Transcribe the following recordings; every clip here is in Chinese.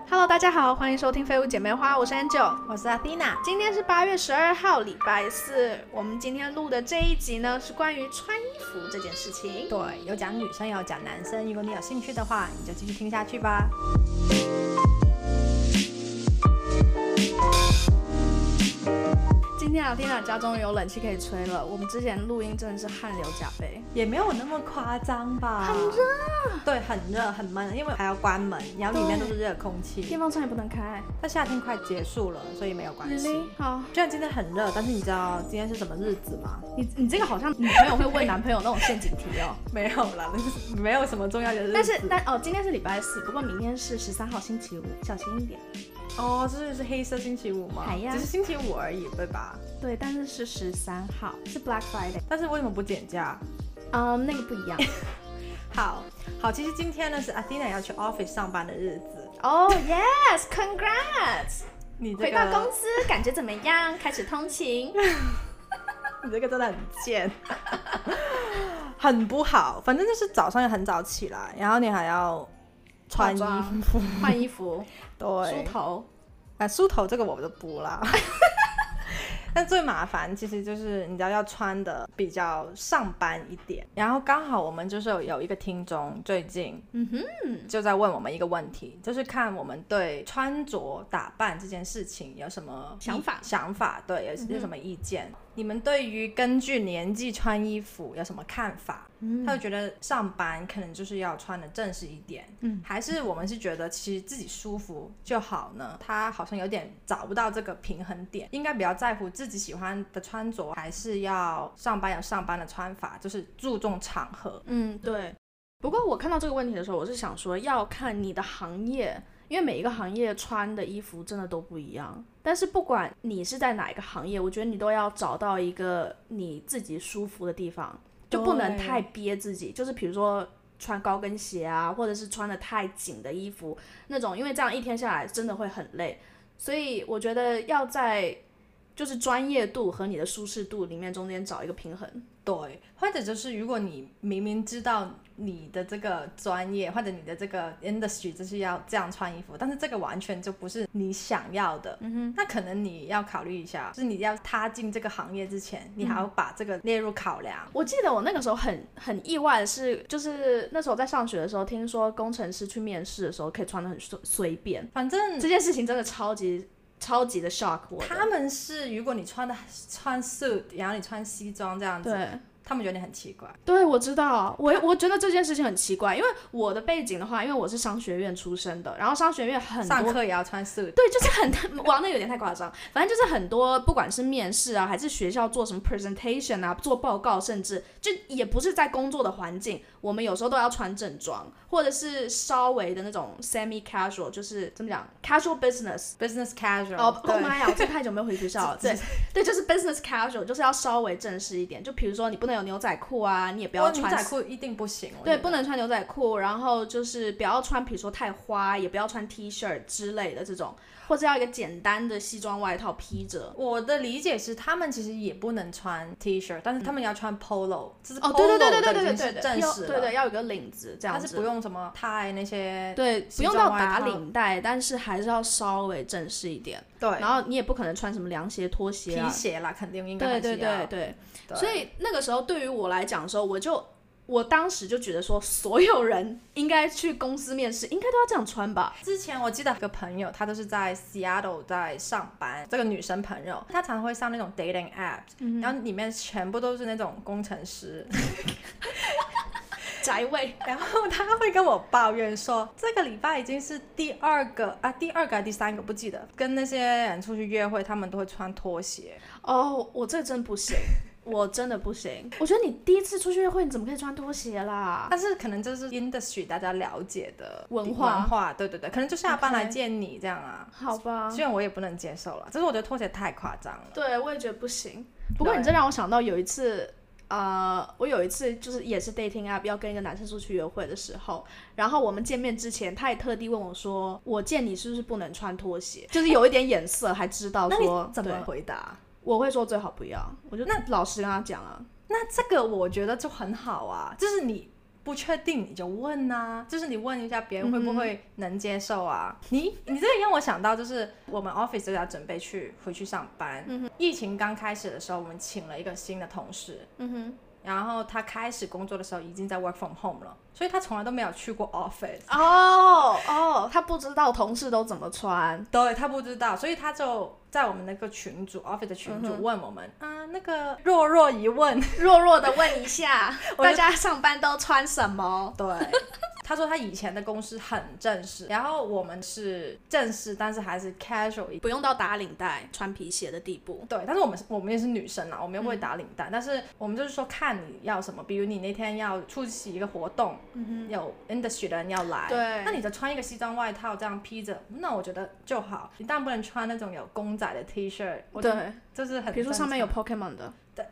Hello， 大家好，欢迎收听废物姐妹花，我是 Angel， 我是 Athena。 今天是8月12号，礼拜四。我们今天录的这一集呢，是关于穿衣服这件事情。 对，有讲女生，有讲男生。如果你有兴趣的话，你就继续听下去吧。 今天Athena家终于有冷气可以吹了，我们之前录音真的是汗流浃背， 也没有那么夸张吧？ 很热。 对，很热很闷，因为还要关门，然后里面都是热空气， 电风扇也不能开。 但夏天快结束了，所以没有关系。 Really？ 好， 虽然今天很热，但是你知道今天是什么日子吗？ 你这个好像女朋友会问男朋友那种陷阱题哦。 没有啦，没有什么重要的日子。 今天是礼拜四，不过明天是13号星期五，小心一点。 哦，这就是黑色星期五吗？只是星期五而已，对吧？ 对，但是是13号，是 Black Friday。 但是为什么不减价？ 那个不一样。 好，其实今天呢是 Athena 要去 office 上班的日子。 Oh yes, congrats！ 你这个回到公司感觉怎么样？开始通勤。 你这个真的很贱，很不好。反正就是早上也很早起来，然后你还要穿衣服、 换衣服， 对， 梳头。 梳头这个我就不啦。但最麻烦其实就是你知道要穿的比较上班一点，然后刚好我们就是有一个听众最近就在问我们一个问题，就是看我们对穿着打扮这件事情有什么想法，对，有什么意见。你们对于根据年纪穿衣服有什么看法？他就觉得上班可能就是要穿的正式一点，还是我们是觉得其实自己舒服就好呢？他好像有点找不到这个平衡点，应该比较在乎自己喜欢的穿着，还是要上班有上班的穿法，就是注重场合。 对。不过我看到这个问题的时候，我是想说要看你的行业，因为每一个行业穿的衣服真的都不一样。但是不管你是在哪一个行业，我觉得你都要找到一个你自己舒服的地方，就不能太憋自己。就是比如说穿高跟鞋啊，或者是穿的太紧的衣服那种，因为这样一天下来真的会很累。所以我觉得要在就是专业度和你的舒适度里面中间找一个平衡。 对，或者就是如果你明明知道你的这个专业或者你的这个 industry 就是要这样穿衣服，但是这个完全就不是你想要的，那可能你要考虑一下，就是你要踏进这个行业之前，你还要把这个列入考量。 我记得我那个时候很意外的是，就是那时候在上学的时候，听说工程师去面试的时候可以穿得很随便， 反正这件事情真的超级的 shock 我的。 他们是如果你穿 suit 然后你穿西装这样子，对，他们觉得你很奇怪。对， 我知道，我觉得这件事情很奇怪，因为我的背景的话，因为我是商学院出身的，然后商学院很多上课也要穿 suit， 对，就是哇，那有点太夸张。反正就是很多，不管是面试啊，还是学校做什么 presentation 啊，做报告，甚至就也不是在工作的环境，我们有时候都要穿正装，或者是稍微的那种 semi casual， 就是怎么讲 casual business casual。 哦妈呀，我真的太久没有回学校了。对，就是 business casual， 就是要稍微正式一点。就比如说你不能有牛仔裤啊，你也不要穿牛仔裤一定不行。 对，不能穿牛仔裤，然后就是不要穿比如说太花，也不要穿 T 恤之类的这种，或者要一个简单的西装外套披着。 我的理解是他们其实也不能穿 T 恤，但是他们要穿 polo，这是 polo 对， 正式了。 对，要有个领子这样子。 它是不用什么 tie 那些， 对，不用到打领带，但是还是要稍微正式一点。 对， 然后你也不可能穿什么凉鞋、拖鞋啊、 皮鞋啦，肯定应该还是要。 对。所以那个时候对于我来讲的时候，我当时就觉得说，所有人应该去公司面试，应该都要这样穿吧。 之前我记得有个朋友，他都是在 Seattle 在上班，这个女生朋友，她常常会上那种 dating app，然后里面全部都是那种工程师。 宅位， 然后他会跟我抱怨说，这个礼拜已经是第二个还是第三个不记得，跟那些人出去约会，他们都会穿拖鞋。 我这真不行。我真的不行，我觉得你第一次出去约会，你怎么可以穿拖鞋啦？ 但是可能就是 industry 大家了解的文化， 对，可能就下班来见你这样啊。 好吧， 虽然我也不能接受了，只是我觉得拖鞋太夸张了。 对，我也觉得不行。不过你这让我想到有一次，我有一次就是也是 dating app 要跟一个男生出去约会的时候，然后我们见面之前，他也特地问我说，我见你是不是不能穿拖鞋？就是有一点眼色，还知道说。 那你怎么回答？ 我会说最好不要，我就老实跟他讲啊。 那这个我觉得就很好啊，就是你不确定你就问啊，就是你问一下别人会不会能接受啊。你这个让我想到，就是我们 office 就要准备回去上班。疫情刚开始的时候，我们请了一个新的同事。然后他开始工作的时候已经在 work from home 了，所以他从来都没有去过 office。 他不知道同事都怎么穿。 对，他不知道，所以他就在我们那个群组 office 的群组问我们那个弱疑问， 弱的问一下大家上班都穿什么。 对，他说他以前的公司很正式，然后我们是正式但是还是 casual， 不用到打领带穿皮鞋的地步。 对，但是我们也是女生啦，我们又不会打领带，但是我们就是说看你要什么，比如你那天要出席一个活动，有 industry 的人要来， 对， 那你就穿一个西装外套这样披着，那我觉得就好。你当然不能穿那种有公仔的 T 恤， 对， 就是很， 比如说上面有 Pokemon 的， 对，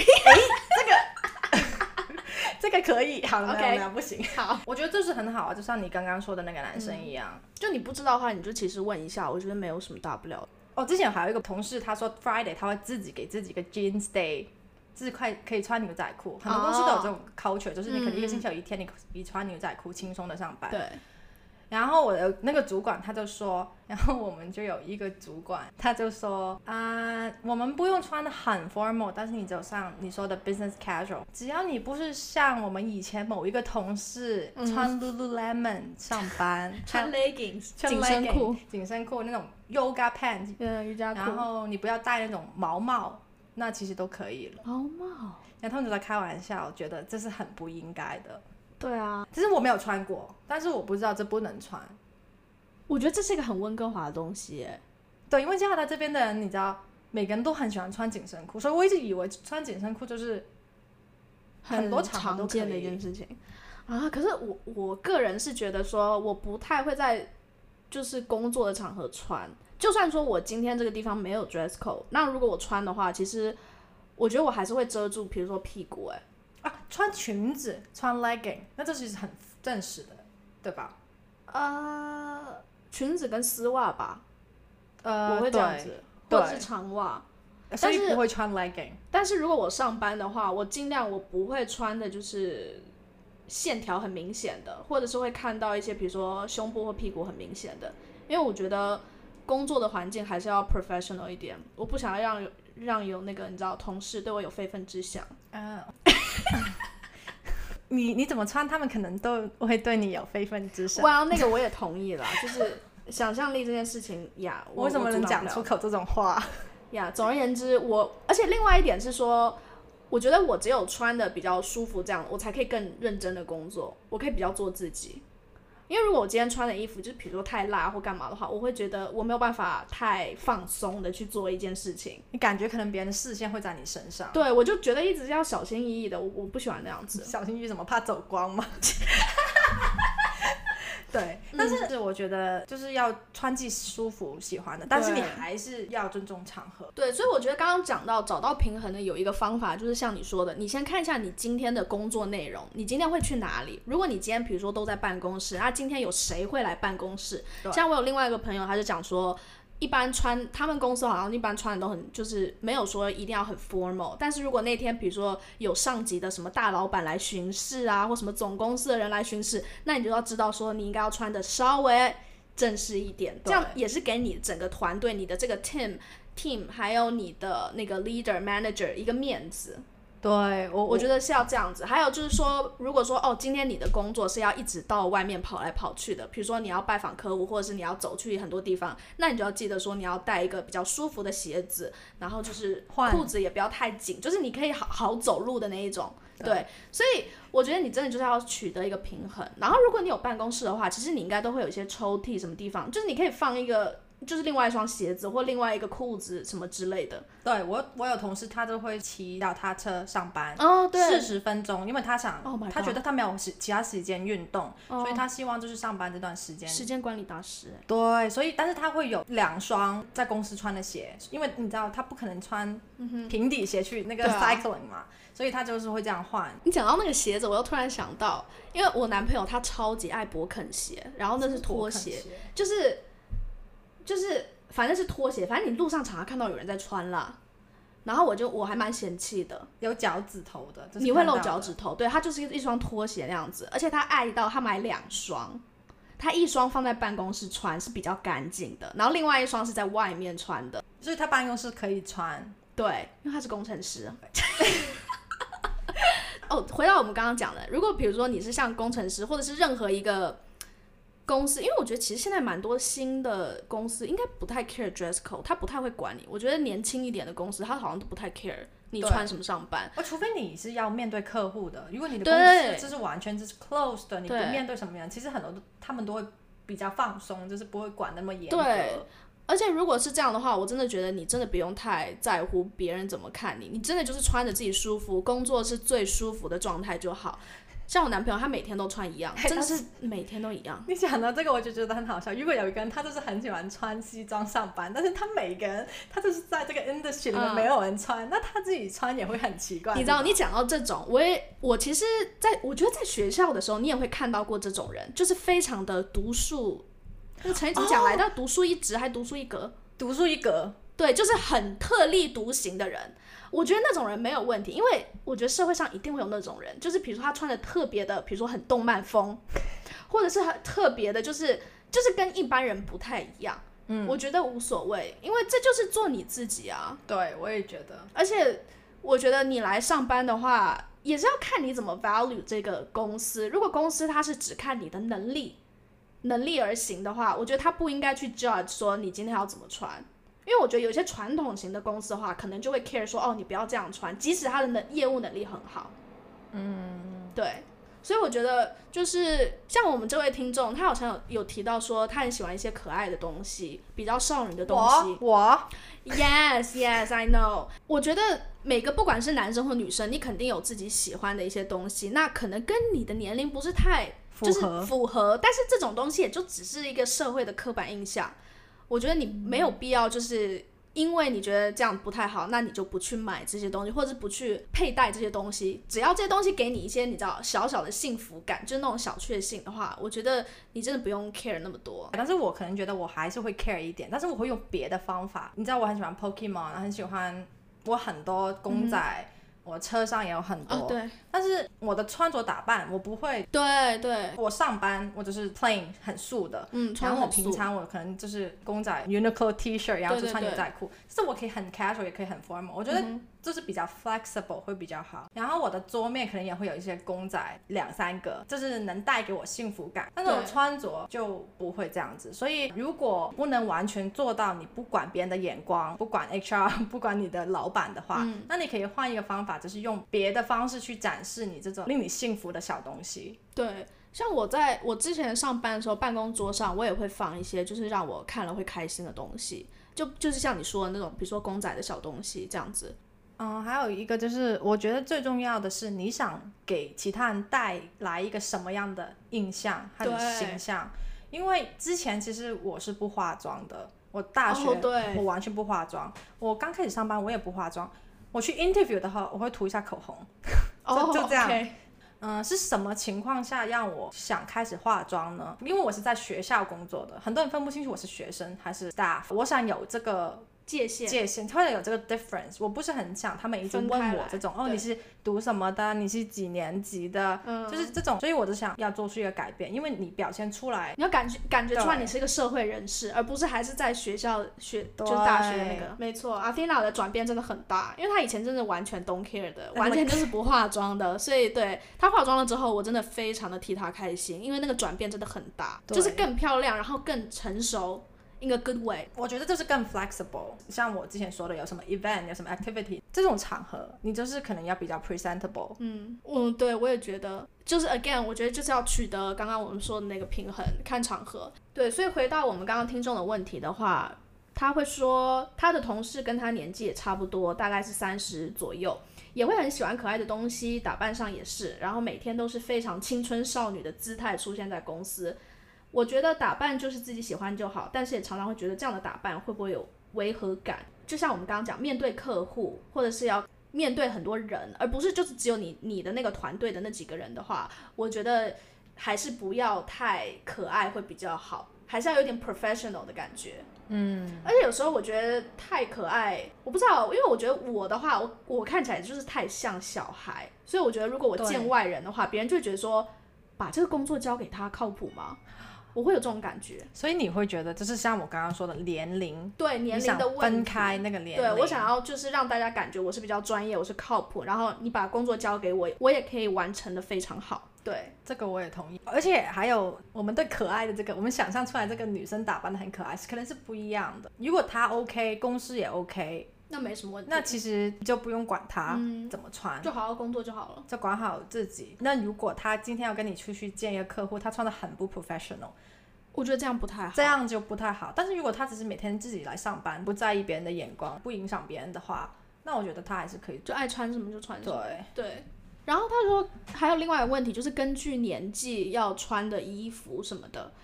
这个可以，好了， OK， 不行，好，我觉得这是很好啊，就像你刚刚说的那个男生一样， 就你不知道的话，你就其实问一下，我觉得没有什么大不了的。 之前还有一个同事，他说 Friday 他会自己给自己一个 jeans day， 就是可以穿牛仔裤，很多公司都有这种 culture，就是你可能一个星期有一天你穿牛仔裤轻松的上班。对。然后我的那个主管他就说，然后我们就有一个主管他就说我们不用穿的很 formal， 但是你就像你说的 business casual， 只要你不是像我们以前某一个同事穿 Lululemon 上班， 穿 leggings 紧身裤那种 yoga pants， 瑜伽裤， 然后你不要戴那种毛帽，那其实都可以了。 毛帽， 然后他们就在开玩笑，觉得这是很不应该的。 对啊， 其实我没有穿过，但是我不知道这不能穿。 我觉得这是一个很温哥华的东西耶。 对，因为加拿大这边的人，你知道，每个人都很喜欢穿紧身裤，所以我一直以为穿紧身裤就是很多场合都可以常见的一件事情啊。可是我个人是觉得说，我不太会在就是工作的场合穿。就算说我今天这个地方没有 dress code， 那如果我穿的话，其实我觉得我还是会遮住，比如说屁股穿裙子穿 legging， 那这其实很正式的，对吧？ 裙子跟丝袜吧，我会这样子，或者是长袜， 所以不会穿 legging。 但是如果我上班的话，我尽量我不会穿的就是线条很明显的，或者是会看到一些比如说胸部或屁股很明显的，因为我觉得工作的环境还是要 professional 一点，我不想要让有那个你知道同事对我有非分之想。 你怎么穿，他们可能都会对你有非分之想。 哇，那个我也同意啦，就是想象力这件事情呀， 我为什么能讲出口这种话呀？总而言之，而且另外一点是说，我觉得我只有穿的比较舒服，这样我才可以更认真的工作，我可以比较做自己。因为如果我今天穿的衣服就是比如说太辣或干嘛的话，我会觉得我没有办法太放松的去做一件事情， 你感觉可能别人的视线会在你身上。 对，我就觉得一直要小心翼翼的，我不喜欢那样子。 小心翼翼什么？怕走光吗？对，但是我觉得就是要穿自己舒服喜欢的，但是你还是要尊重场合。 对，所以我觉得刚刚讲到找到平衡的有一个方法，就是像你说的，你先看一下你今天的工作内容，你今天会去哪里。如果你今天比如说都在办公室，今天有谁会来办公室？像我有另外一个朋友，他就讲说，一般他们公司好像一般穿的都很，就是没有说一定要很 formal， 但是如果那天比如说有上级的什么大老板来巡视啊，或什么总公司的人来巡视，那你就要知道说你应该要穿的稍微正式一点，这样也是给你整个团队、你的这个 team 还有你的那个 leader manager 一个面子。 对， 我觉得是要这样子。还有就是说，如果说今天你的工作是要一直到外面跑来跑去的，比如说你要拜访客户，或者是你要走去很多地方，那你就要记得说你要带一个比较舒服的鞋子，然后就是裤子也不要太紧，就是你可以好走路的那一种。对，所以我觉得你真的就是要取得一个平衡。然后如果你有办公室的话，其实你应该都会有一些抽屉什么地方，就是你可以放一个就是另外一双鞋子或另外一个裤子什么之类的。 对，我有同事他就会骑脚踏车上班对 ，40分钟，因为他想他觉得他没有其他时间运动，所以他希望就是上班这段时间管理大师。 对，所以但是他会有2双在公司穿的鞋，因为你知道他不可能穿平底鞋去那个 cycling 嘛，所以他就是会这样换。 你讲到那个鞋子，我又突然想到，因为我男朋友他超级爱勃肯鞋，然后那是拖鞋，就是反正是拖鞋，反正你路上常常看到有人在穿啦。 然后我还蛮嫌弃的， 有脚趾头的， 你会露脚趾头，对，它就是一双拖鞋那样子，而且他爱到他买2双，他一双放在办公室穿是比较干净的，然后另外一双是在外面穿的， 所以他办公室可以穿。 对，因为他是工程师。哦，回到我们刚刚讲的，如果比如说你是像工程师，或者是任何一个公司，因为我觉得其实现在蛮多新的公司应该不太 care dress code， 他不太会管你。我觉得年轻一点的公司，他好像都不太 care 你穿什么上班。 除非你是要面对客户的，如果你的公司就是完全就是 closed 的，你不面对什么人，其实很多他们都会比较放松，就是不会管那么严格。 对。而且如果是这样的话，我真的觉得你真的不用太在乎别人怎么看你，你真的就是穿着自己舒服，工作是最舒服的状态就好。像我男朋友，他每天都穿一样，真的是每天都一样。 你讲到这个，我就觉得很好笑。如果有一个人，他就是很喜欢穿西装上班，但是他每一个人，他就是在这个 industry 里面没有人穿，那他自己穿也会很奇怪。 你知道，你讲到这种，我其实我觉得在学校的时候，你也会看到过这种人，就是非常的独树。那个成语怎么讲来的？独树一帜还独树一格？ 独树一格， 对，就是很特立独行的人。我觉得那种人没有问题，因为我觉得社会上一定会有那种人，就是比如说他穿的特别的，比如说很动漫风，或者是很特别的，就是跟一般人不太一样。我觉得无所谓，因为这就是做你自己啊。 对，我也觉得。 而且我觉得你来上班的话，也是要看你怎么 value 这个公司。如果公司它是只看你的能力而行的话，我觉得他不应该去 judge 说你今天要怎么穿。因为我觉得有些传统型的公司的话，可能就会 care 说，哦，你不要这样穿，即使他的业务能力很好。对，所以我觉得就是像我们这位听众，他好像有提到说，他很喜欢一些可爱的东西，比较少女的东西。 我 Yes, I know。我觉得每个不管是男生或女生，你肯定有自己喜欢的一些东西，那可能跟你的年龄不是太就是符合，但是这种东西也就只是一个社会的刻板印象。我觉得你没有必要就是因为你觉得这样不太好，那你就不去买这些东西，或者是不去佩戴这些东西。只要这些东西给你一些你知道小小的幸福感，就是那种小确幸的话，我觉得你真的不用 care 那么多。 但是我可能觉得我还是会 care 一点，但是我会用别的方法。你知道我很喜欢 Pokemon， 很喜欢我很多公仔。我车上也有很多， 对， 但是我的穿着打扮我不会， 对， 我上班我就是 plain 很素的，然后我平常我可能就是公仔 Uniqlo T-shirt， 然后就穿牛仔裤，就是我可以很 casual 也可以很 formal， 我觉得就是比较 flexible 会比较好。然后我的桌面可能也会有一些公仔2-3个，就是能带给我幸福感，但是我穿着就不会这样子。所以如果不能完全做到你不管别人的眼光，不管 HR， 不管你的老板的话，那你可以换一个方法，就是用别的方式去展示你这种令你幸福的小东西。 对，像我之前上班的时候，办公桌上我也会放一些就是让我看了会开心的东西，就是像你说的那种，比如说公仔的小东西这样子。 还有一个就是我觉得最重要的是你想给其他人带来一个什么样的印象和形象。因为之前其实我是不化妆的，我大学我完全不化妆，我刚开始上班我也不化妆，我去 interview 的话我会涂一下口红就这样。是什么情况下让我想开始化妆呢？因为我是在学校工作的，很多人分不清楚我是学生还是 staff， 我想有这个界限或者有这个 difference， 我不是很想他们一直问我这种你是读什么的，你是几年级的，就是这种，所以我就想要做出一个改变，因为你表现出来， 你要感觉出来你是一个社会人士，而不是还是在学校就是大学的那个。没错， Athena 的转变真的很大，因为她以前真的完全 don't care 的，完全就是不化妆的，所以对她化妆了之后，我真的非常的替她开心，因为那个转变真的很大，就是更漂亮，然后更成熟。In a good way， 我觉得就是更 flexible。像我之前说的，有什么 event， 有什么 activity， 这种场合你就是可能要比较 presentable。 对，我也觉得，就是 again， 我觉得就是要取得刚刚我们说的那个平衡，看场合。对，所以回到我们刚刚听众的问题的话，他会说他的同事跟他年纪也差不多，大概是30左右，也会很喜欢可爱的东西，打扮上也是，然后每天都是非常青春少女的姿态出现在公司。我觉得打扮就是自己喜欢就好，但是也常常会觉得这样的打扮会不会有违和感。就像我们刚刚讲，面对客户或者是要面对很多人，而不是就是只有你的那个团队的那几个人的话，我觉得还是不要太可爱会比较好， 还是要有点 professional 的感觉。而且有时候我觉得太可爱，我不知道，因为我觉得我的话，我看起来就是太像小孩，所以我觉得如果我见外人的话，别人就会觉得说，把这个工作交给他靠谱吗？我会有这种感觉。 所以你会觉得就是像我刚刚说的年龄， 对年龄的问题， 分开那个年龄。 对，我想要就是让大家感觉我是比较专业，我是靠谱，然后你把工作交给我，我也可以完成的非常好。对， 这个我也同意。而且还有我们对可爱的这个，我们想象出来这个女生打扮的很可爱，可能是不一样的。如果她 OK， 公司也 OK， 那没什么问题。 那其实就不用管她怎么穿， 就好好工作就好了， 就管好自己。那如果她今天要跟你出去见一个客户，她穿的很不 professional， 我觉得这样不太好， 这样就不太好。但是如果他只是每天自己来上班，不在意别人的眼光，不影响别人的话，那我觉得他还是可以， 就爱穿什么就穿什么。 对。 然后他说还有另外一个问题，就是根据年纪要穿的衣服什么的。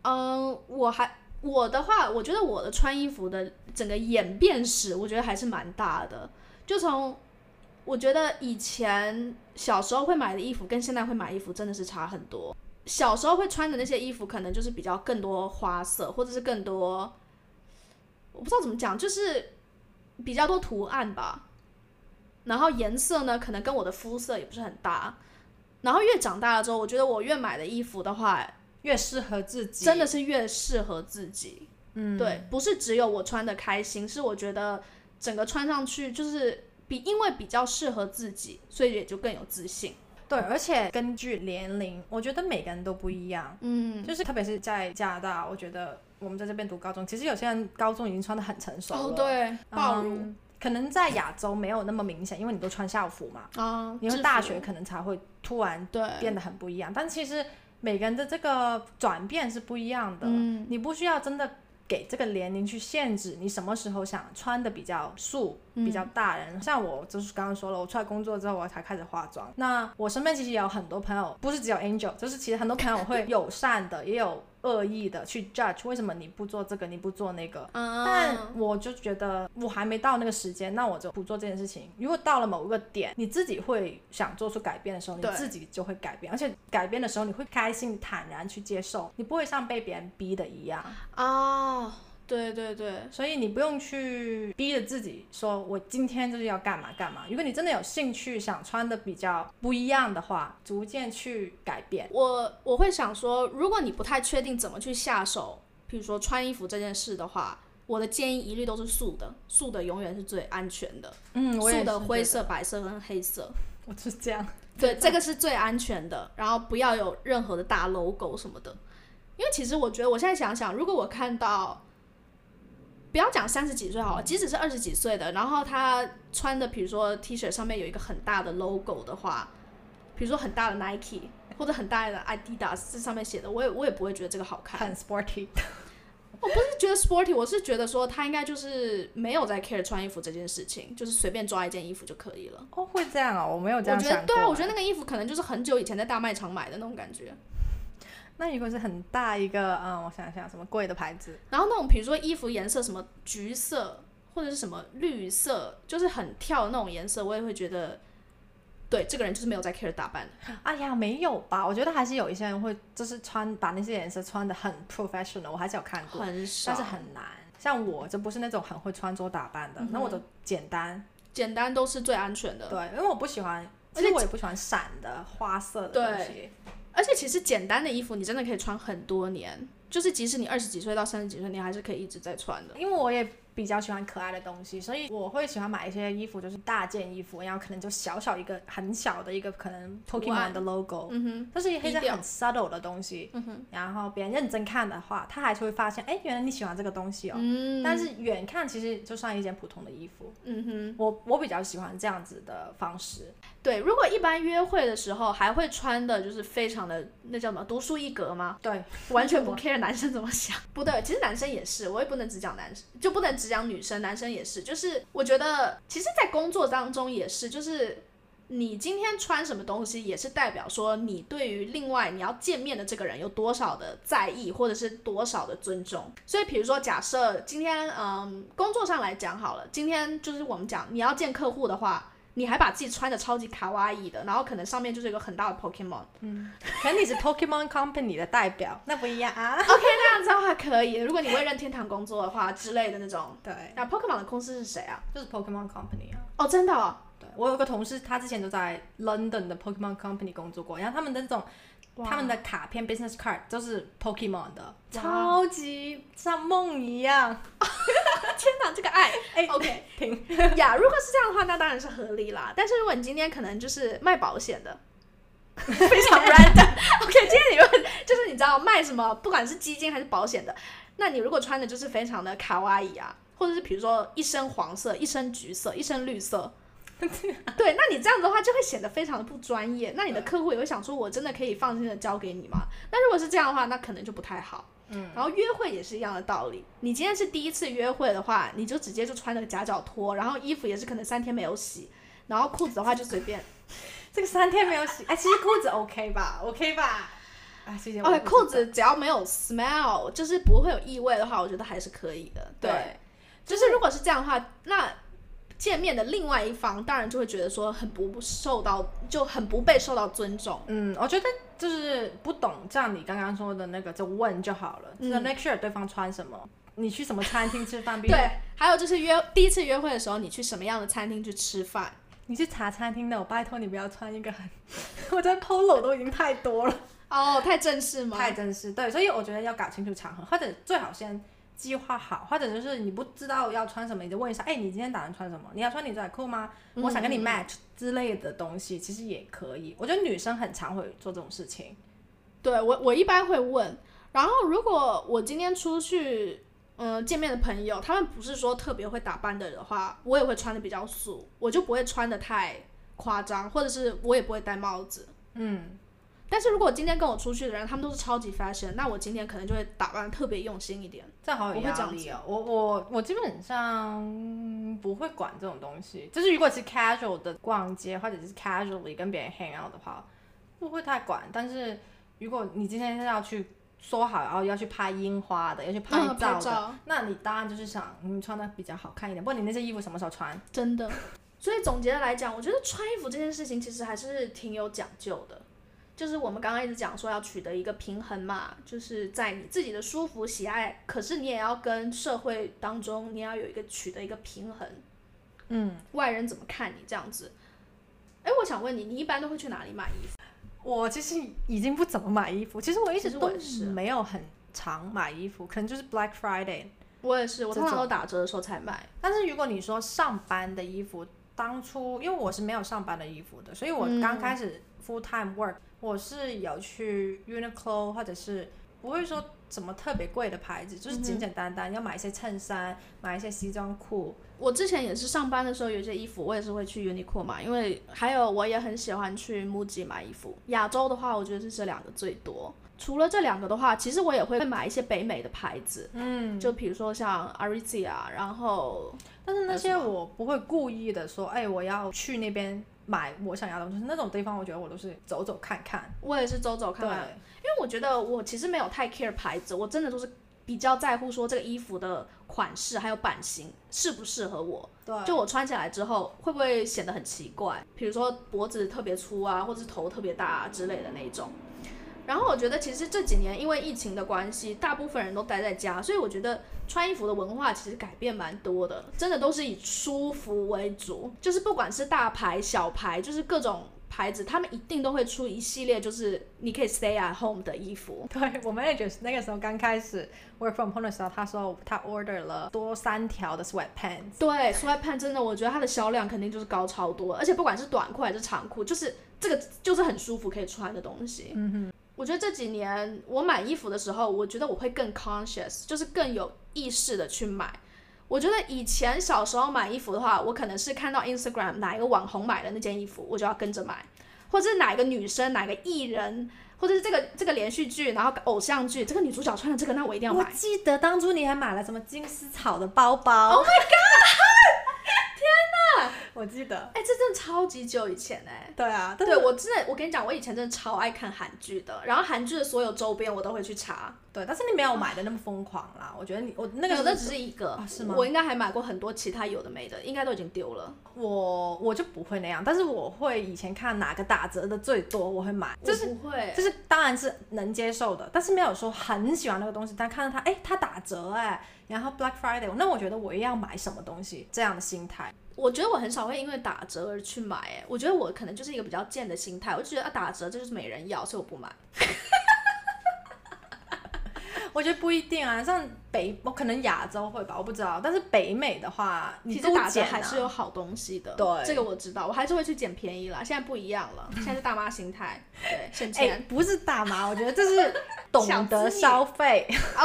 我的话，我觉得我的穿衣服的整个演变史，我觉得还是蛮大的。就从我觉得以前小时候会买的衣服跟现在会买衣服真的是差很多。小时候会穿的那些衣服可能就是比较更多花色，或者是更多，我不知道怎么讲，就是比较多图案吧。然后颜色呢可能跟我的肤色也不是很搭。然后越长大了之后，我觉得我越买的衣服的话越适合自己， 真的是越适合自己。对，不是只有我穿的开心，是我觉得整个穿上去就是因为比较适合自己，所以也就更有自信。 对，而且根据年龄，我觉得每个人都不一样。就是特别是在加拿大，我觉得我们在这边读高中，其实有些人高中已经穿得很成熟了。 对，暴露。 可能在亚洲没有那么明显，因为你都穿校服嘛。因为大学可能才会突然变得很不一样。但其实每个人的这个转变是不一样的。你不需要真的给这个年龄去限制你什么时候想穿的比较素，比较大人。像我就是刚刚说了，我出来工作之后我才开始化妆。那我身边其实也有很多朋友，不是只有 Angel， 就是其实很多朋友会友善的也有恶意的去 judge 为什么你不做这个，你不做那个。但我就觉得我还没到那个时间，那我就不做这件事情。如果到了某一个点，你自己会想做出改变的时候，你自己就会改变。而且改变的时候你会开心坦然去接受，你不会像被别人逼的一样。 对对对， 所以你不用去逼着自己说我今天就是要干嘛干嘛。如果你真的有兴趣想穿的比较不一样的话，逐渐去改变。 我会想说，如果你不太确定怎么去下手，比如说穿衣服这件事的话，我的建议一律都是素的，素的永远是最安全的。素的灰色、白色跟黑色， 我就是这样。 对，这个是最安全的，然后不要有任何的大 logo 什么的。因为其实我觉得我现在想想，如果我看到不要讲30几岁好了，即使是20几岁的，然后他穿的比如说 T 恤上面有一个很大的 logo 的话，比如说很大的 Nike 或者很大的 Adidas 这上面写的，我也不会觉得这个好看， 很 sporty。 我不是觉得 sporty， 我是觉得说他应该就是没有在 care 穿衣服这件事情，就是随便抓一件衣服就可以了。 会这样我没有这样想过。 对啊，我觉得那个衣服可能就是很久以前在大卖场买的那种感觉。 那如果是很大一个我想想什么贵的牌子， 然后那种比如说衣服颜色什么橘色或者是什么绿色，就是很跳的那种颜色，我也会觉得对这个人就是没有在 care 打扮的。 哎呀，没有吧，我觉得还是有一些人会就是把那些颜色穿得很 professional， 我还是有看过， 很少， 但是很难。像我就不是那种很会穿着打扮的，那我就简单都是最安全的。 对，因为我不喜欢，其实我也不喜欢闪的花色的东西。 而且其实简单的衣服你真的可以穿很多年，就是即使你20几岁到30几岁，你还是可以一直在穿的。 因为我也比较喜欢可爱的东西，所以我会喜欢买一些衣服，就是大件衣服，然后可能就小小一个很小的一个可能 Pokemon 的 logo，就是一些很 subtle 的东西，然后别人认真看的话，他还是会发现，哎，原来你喜欢这个东西哦。但是远看其实就像一件普通的衣服。我比较喜欢这样子的方式。 对，如果一般约会的时候还会穿的就是非常的那叫什么独树一格吗？ 对， 完全不 care 男生怎么想。不对，其实男生也是，我也不能只讲男生，就不能只讲女生，男生也是。就是我觉得其实在工作当中也是，就是你今天穿什么东西也是代表说你对于另外你要见面的这个人有多少的在意，或者是多少的尊重。所以比如说假设今天工作上来讲好了，今天就是我们讲你要见客户的话， 你还把自己穿的超级卡哇伊的，然后可能上面就是一个很大的 Pokemon。 可能你是 Pokemon Company 的代表，那不一样啊。 OK， 那样子的话可以。如果你为任天堂工作的话之类的那种。 对。 那 Pokemon 的公司是谁啊？ 就是 Pokemon Company 啊。 哦，真的哦。 对，我有个同事，他之前就在 London 的 Pokemon Company 工作过，然后他们的那种。他们的卡片 business card 都是 Pokemon 的，超级像梦一样。 天哪，这个爱！OK， 停呀。如果是这样的话，那当然是合理啦。但是如果你今天可能就是卖保险的，非常 random。OK， 今天你们就是你知道卖什么，不管是基金还是保险的，那你如果穿的就是非常的卡哇伊啊，或者是比如说一身黄色、一身橘色、一身绿色。对，那你这样子的话就会显得非常的不专业，那你的客户也会想说我真的可以放心的交给你吗？那如果是这样的话，那可能就不太好。然后约会也是一样的道理，你今天是第一次约会的话，你就直接就穿那个夹脚拖，然后衣服也是可能3天没有洗，然后裤子的话就随便。 这个3天没有洗，其实裤子 OK 吧 OK 吧。 OK， 裤子只要没有 smell， 就是不会有异味的话，我觉得还是可以的。对，就是如果是这样的话，那见面的另外一方当然就会觉得说很不被受到尊重。 我觉得就是不懂，像你刚刚说的那个就问就好了，就是 make sure 对方穿什么，你去什么餐厅吃饭。 对，还有就是第一次约会的时候，你去什么样的餐厅去吃饭。 你去茶餐厅的，我拜托你不要穿一个我觉得 polo 都已经太多了。 太正式吗？ 太正式，对，所以我觉得要搞清楚场合，或者最好先计划好，或者就是你不知道要穿什么，你就问一下，你今天打算穿什么？你要穿牛仔裤吗？我想跟你 match 之类的东西，其实也可以。我觉得女生很常会做这种事情。 对，我一般会问，然后如果我今天出去见面的朋友，他们不是说特别会打扮的话，我也会穿的比较素，我就不会穿的太夸张，或者是我也不会戴帽子。但是如果今天跟我出去的人，他们都是超级 fashion， 那我今天可能就会打扮特别用心一点。 这好有压力哦！我基本上不会管这种东西，就是如果是 casual 的逛街，或者是 casually 跟别人 hang out 的话，不会太管。但是如果你今天要去说好，然后要去拍樱花的，要去拍照的，那你当然就是想穿的比较好看一点。不然你那些衣服什么时候穿？ 真的。所以总结的来讲，我觉得穿衣服这件事情其实还是挺有讲究的。就是我们刚刚一直讲说要取得一个平衡嘛，就是在你自己的舒服喜爱，可是你也要跟社会当中你要有取得一个平衡。外人怎么看你这样子？我想问你，你一般都会去哪里买衣服？ 我其实已经不怎么买衣服，其实我一直都没有很常买衣服，可能就是 Black Friday。 我也是，我通常都打折的时候才买。 但是如果你说上班的衣服，当初因为我是没有上班的衣服的，所以我刚开始 full time work，我是有去 Uniqlo， 或者是不会说什么特别贵的牌子，就是简简单单要买一些衬衫，买一些西装裤。 我之前也是上班的时候有一些衣服，我也是会去 Uniqlo 买，因为还有我也很喜欢去 MUJI 买衣服。亚洲的话，我觉得是这两个最多。除了这两个的话，其实我也会买一些北美的牌子，就比如说像 Aritzia， 然后但是那些我不会故意的说，我要去那边买我想要的东西，那种地方我觉得我都是走走看看。 我也是走走看看，因为我觉得我其实没有太 care 牌子，我真的都是比较在乎说这个衣服的款式还有版型适不适合我。 对， 就我穿起来之后会不会显得很奇怪，比如说脖子特别粗啊，或者是头特别大啊之类的那种。然后我觉得其实这几年因为疫情的关系，大部分人都待在家，所以我觉得穿衣服的文化其实改变蛮多的，真的都是以舒服为主，就是不管是大牌小牌，就是各种牌子，他们一定都会出一系列就是你可以 stay at home 的衣服。 对，我 manager 那个时候刚开始 work from home 的时候，他说他 order 了多3条的 sweatpants。 对， sweatpants 真的我觉得它的销量肯定就是高超多，而且不管是短裤还是长裤，就是这个就是很舒服可以穿的东西。我觉得这几年我买衣服的时候，我觉得我会更 conscious， 就是更有意识的去买。我觉得以前小时候买衣服的话，我可能是看到 Instagram 哪一个网红买的那件衣服，我就要跟着买，或者是哪一个女生哪个艺人，或者是这个连续剧，然后偶像剧这个女主角穿的这个，那我一定要买。 我记得当初你还买了什么金丝草的包包。 Oh my god！ 天哪！ 我记得。 这真的超级久以前对啊， 对，我真的，我跟你讲，我以前真的超爱看韩剧的，然后韩剧的所有周边我都会去查。 对，但是你没有买的那么疯狂啦。我觉得我那个那只是一个、 是吗？ 我应该还买过很多其他有的没的，应该都已经丢了。 我就不会那样，但是我会以前看哪个打折的最多，我会买。 我不会， 就是当然是能接受的，但是没有说很喜欢那个东西，但看到它打折然后 Black Friday， 那我觉得我也要买什么东西，这样的心态。 我觉得我很少会因为打折而去买，我觉得我可能就是一个比较贱的心态，我就觉得打折这就是没人要，所以我不买。 我觉得不一定啊，像我可能亚洲会吧，我不知道，但是北美的话， 其实打折还是有好东西的。 对， 这个我知道，我还是会去捡便宜啦。现在不一样了，现在是大妈心态，对，省钱。 不是大妈，我觉得这是懂得消费。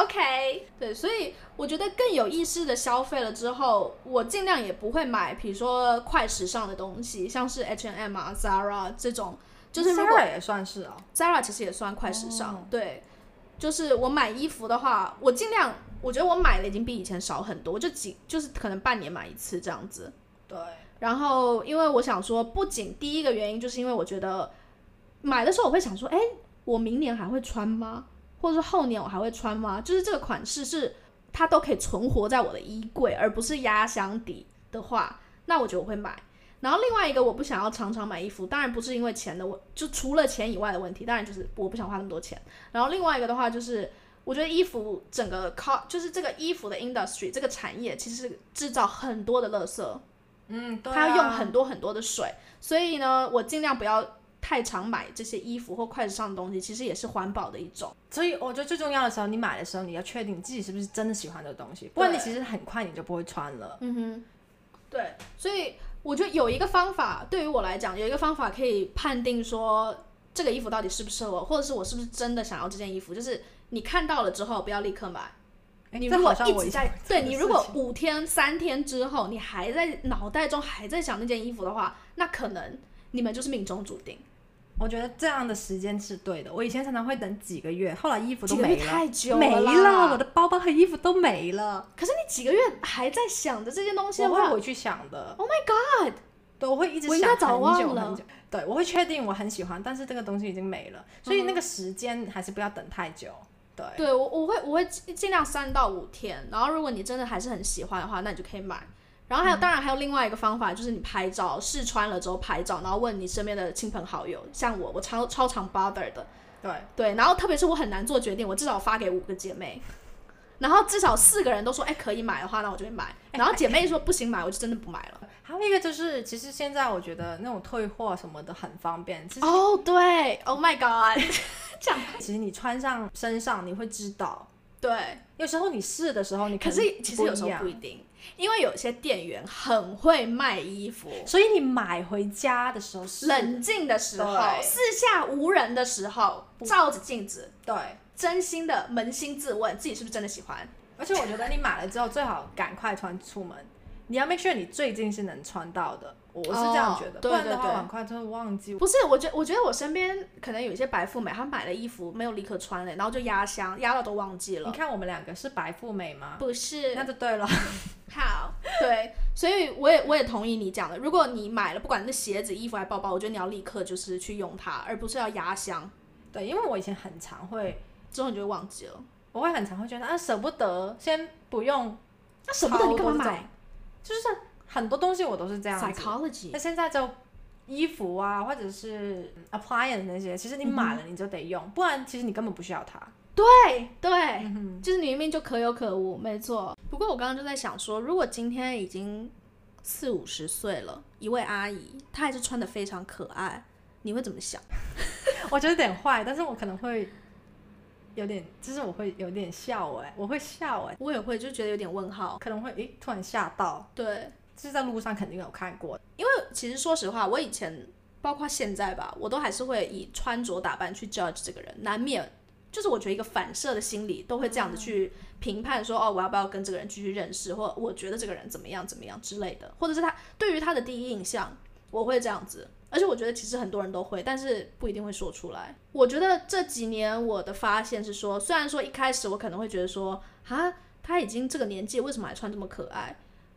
OK， 对，所以我觉得更有意识的消费了之后，我尽量也不会买，比如说快时尚的东西，像是 H&M 啊、Zara 这种，就是如果 Zara 也算是哦。 Zara 其实也算快时尚，对。就是我买衣服的话，我尽量，我觉得我买的已经比以前少很多，我就是可能半年买一次这样子。 对。 然后因为我想说，不仅第一个原因就是因为我觉得买的时候我会想说，我明年还会穿吗？或者是后年我还会穿吗？就是这个款式是它都可以存活在我的衣柜，而不是压箱底的话，那我觉得我会买。然后另外一个我不想要常常买衣服，当然不是因为钱的，就除了钱以外的问题，当然就是我不想花那么多钱。然后另外一个的话就是，我觉得衣服整个就是这个衣服的 industry 这个产业其实制造很多的垃圾， 对啊， 它要用很多很多的水，所以呢，我尽量不要太常买这些衣服或快时尚的东西，其实也是环保的一种。 所以我觉得最重要的时候，你买的时候你要确定你自己是不是真的喜欢这个东西，不然你其实很快你就不会穿了。 对，所以我觉得有一个方法，对于我来讲，有一个方法可以判定说这个衣服到底适不适合我，或者是我是不是真的想要这件衣服，就是你看到了之后不要立刻买。你如果一直在对你如果5天3天之后你还在脑袋中还在想那件衣服的话，那可能你们就是命中注定。 我觉得这样的时间是对的。我以前常常会等几个月，后来衣服都没了， 几个月太久了， 没了，我的包包和衣服都没了。 可是你几个月还在想着这件东西的话， 我会回去想的。 Oh my god！ 对，我会一直想我应该早忘了很久。对，我会确定我很喜欢，但是这个东西已经没了，所以那个时间还是不要等太久。对， 我会尽量3到5天，然后如果你真的还是很喜欢的话，那你就可以买。然后当然还有另外一个方法，就是你拍照试穿了之后拍照，然后问你身边的亲朋好友，像我超常 bother 的，对，然后特别是我很难做决定，我至少发给5个姐妹，然后至少4个人都说可以买的话，那我就会买，然后姐妹说不行买，我就真的不买了。 还有一个就是，其实现在我觉得那种退货什么的很方便。 对 ，Oh my god， 这样其实你穿上身上你会知道。 对， 有时候你试的时候， 可是其实有时候不一定，因为有些店员很会卖衣服， 所以你买回家的时候， 冷静的时候，四下无人的时候，照着镜子， 对， 真心的扪心自问，自己是不是真的喜欢。 而且我觉得你买了之后，最好赶快穿出门。你要 make sure 你最近是能穿到的，我是这样觉得，不然的话很快就会忘记。 不是，我觉得我身边可能有一些白富美，她买了衣服没有立刻穿然后就压箱，压到都忘记了。 你看我们2个是白富美吗？ 不是， 那就对了。 好，对，所以我也同意你讲的，如果你买了，不管是鞋子、衣服还是包包，我觉得你要立刻就是去用它，而不是要压箱。 对，因为我以前很常会， 之后你就会忘记了。 我会很常会觉得舍不得，先不用。 那舍不得你干嘛买？ 就是很多东西我都是这样子。 Psychology。 那现在就衣服啊，或者是 appliance 那些，其实你买了你就得用，不然其实你根本不需要它。 对，就是你明明就可有可无，没错。不过我刚刚就在想说，如果今天已经40-50岁了，一位阿姨，她还是穿得非常可爱，你会怎么想？ 我觉得有点坏，但是我可能会有点，就是我会有点笑我会笑我也会，就觉得有点问号， 可能会突然吓到。 对， 就是在路上肯定有看过。 因为其实说实话，我以前包括现在吧，我都还是会以穿着打扮去 judge 这个人，难免就是我觉得一个反射的心理都会这样子去评判说，我要不要跟这个人继续认识，或我觉得这个人怎么样之类的，或者是他对于他的第一印象，我会这样子。而且我觉得其实很多人都会，但是不一定会说出来。我觉得这几年我的发现是说，虽然说一开始我可能会觉得说，他已经这个年纪为什么还穿这么可爱，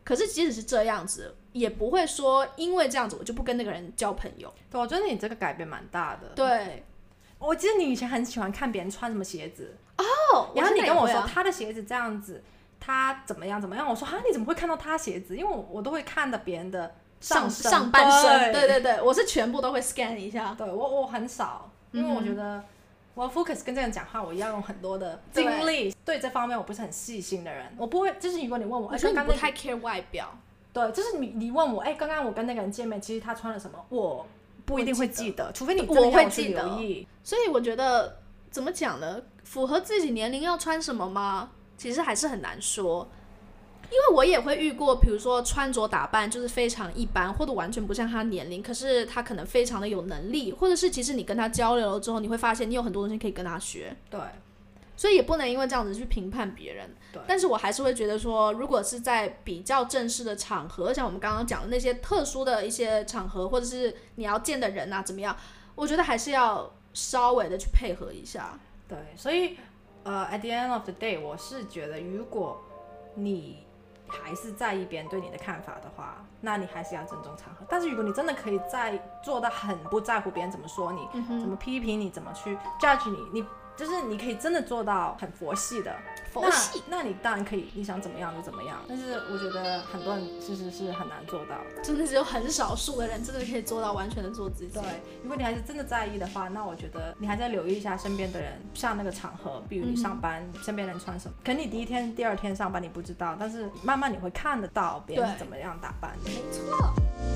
可是即使是这样子，也不会说因为这样子我就不跟那个人交朋友。 对，我觉得你这个改变蛮大的。 对， 我记得你以前很喜欢看别人穿什么鞋子哦， 然后你跟我说他的鞋子这样子，他怎么样怎么样，我说你怎么会看到他鞋子？因为我都会看到别人的上半身，对，我是全部都会 scan 一下。 对，我很少，因为我觉得我要 focus 跟这个人讲话，我要用很多的精力，对这方面我不是很细心的人，我不会，就是如果你问我， 我觉得你不太 care 外表。 对，就是你问我，刚刚我跟那个人见面，其实他穿了什么，我不一定会记得，除非你真的要我去留意。 所以我觉得怎么讲呢？符合自己年龄要穿什么吗？其实还是很难说。因为我也会遇过，比如说穿着打扮就是非常一般，或者完全不像他年龄，可是他可能非常的有能力，或者是其实你跟他交流了之后，你会发现你有很多东西可以跟他学。 对， 所以也不能因为这样子去评判别人。 对， 但是我还是会觉得说，如果是在比较正式的场合，像我们刚刚讲的那些特殊的一些场合，或者是你要见的人啊怎么样，我觉得还是要稍微的去配合一下。 对，所以at the end of the day， 我是觉得如果你还是在意别人对你的看法的话，那你还是要尊重场合。但是如果你真的可以做到很不在乎别人怎么说你，怎么批评你，怎么去 judge 你就是你可以真的做到很佛系的，那你当然可以，你想怎么样就怎么样。但是我觉得很多人其实是很难做到的， 真的只有很少数的人真的可以做到完全的做自己。 对，如果你还是真的在意的话，那我觉得你还是要留意一下身边的人，像那个场合，比如你上班，身边人穿什么，可能你第一天、第二天上班你不知道，但是慢慢你会看得到别人是怎么样打扮的。 没错。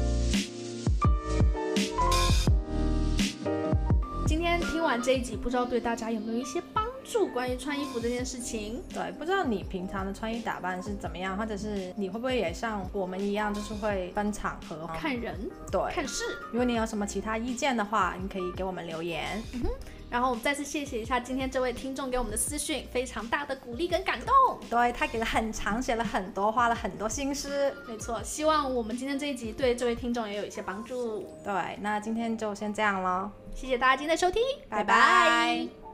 今天听完这一集，不知道对大家有没有一些帮助关于穿衣服这件事情。 对，不知道你平常的穿衣打扮是怎么样，或者是你会不会也像我们一样，就是会分场合看人， 对， 看事。 如果你有什么其他意见的话，你可以给我们留言。 然后我们再次谢谢一下今天这位听众给我们的私讯，非常大的鼓励跟感动。 对，他给了很长，写了很多，花了很多心思。 没错，希望我们今天这一集对这位听众也有一些帮助。 对，那今天就先这样咯， 谢谢大家今天的收听， 拜拜。